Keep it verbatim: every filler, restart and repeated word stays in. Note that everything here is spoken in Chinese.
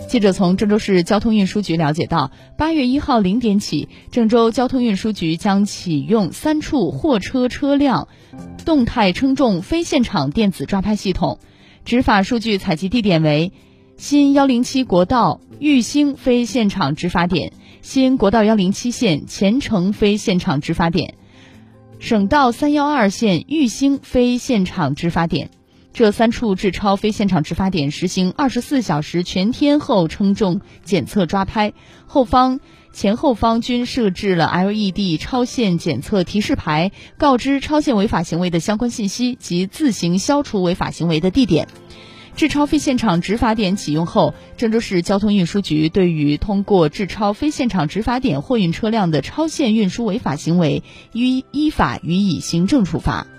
记者从郑州市交通运输局了解到，八月一号零点起，郑州交通运输局将启用三处货车车辆动态称重非现场电子抓拍系统，执法数据采集地点为新一零七国道玉兴非现场执法点、新国道一零七线前程非现场执法点、省道三一二线玉兴非现场执法点。这三处治超非现场执法点实行二十四小时全天候称重检测抓拍，后方前后方均设置了 L E D 超限检测提示牌，告知超限违法行为的相关信息及自行消除违法行为的地点。治超非现场执法点启用后，郑州市交通运输局对于通过治超非现场执法点货运车辆的超限运输违法行为，依依法予以行政处罚。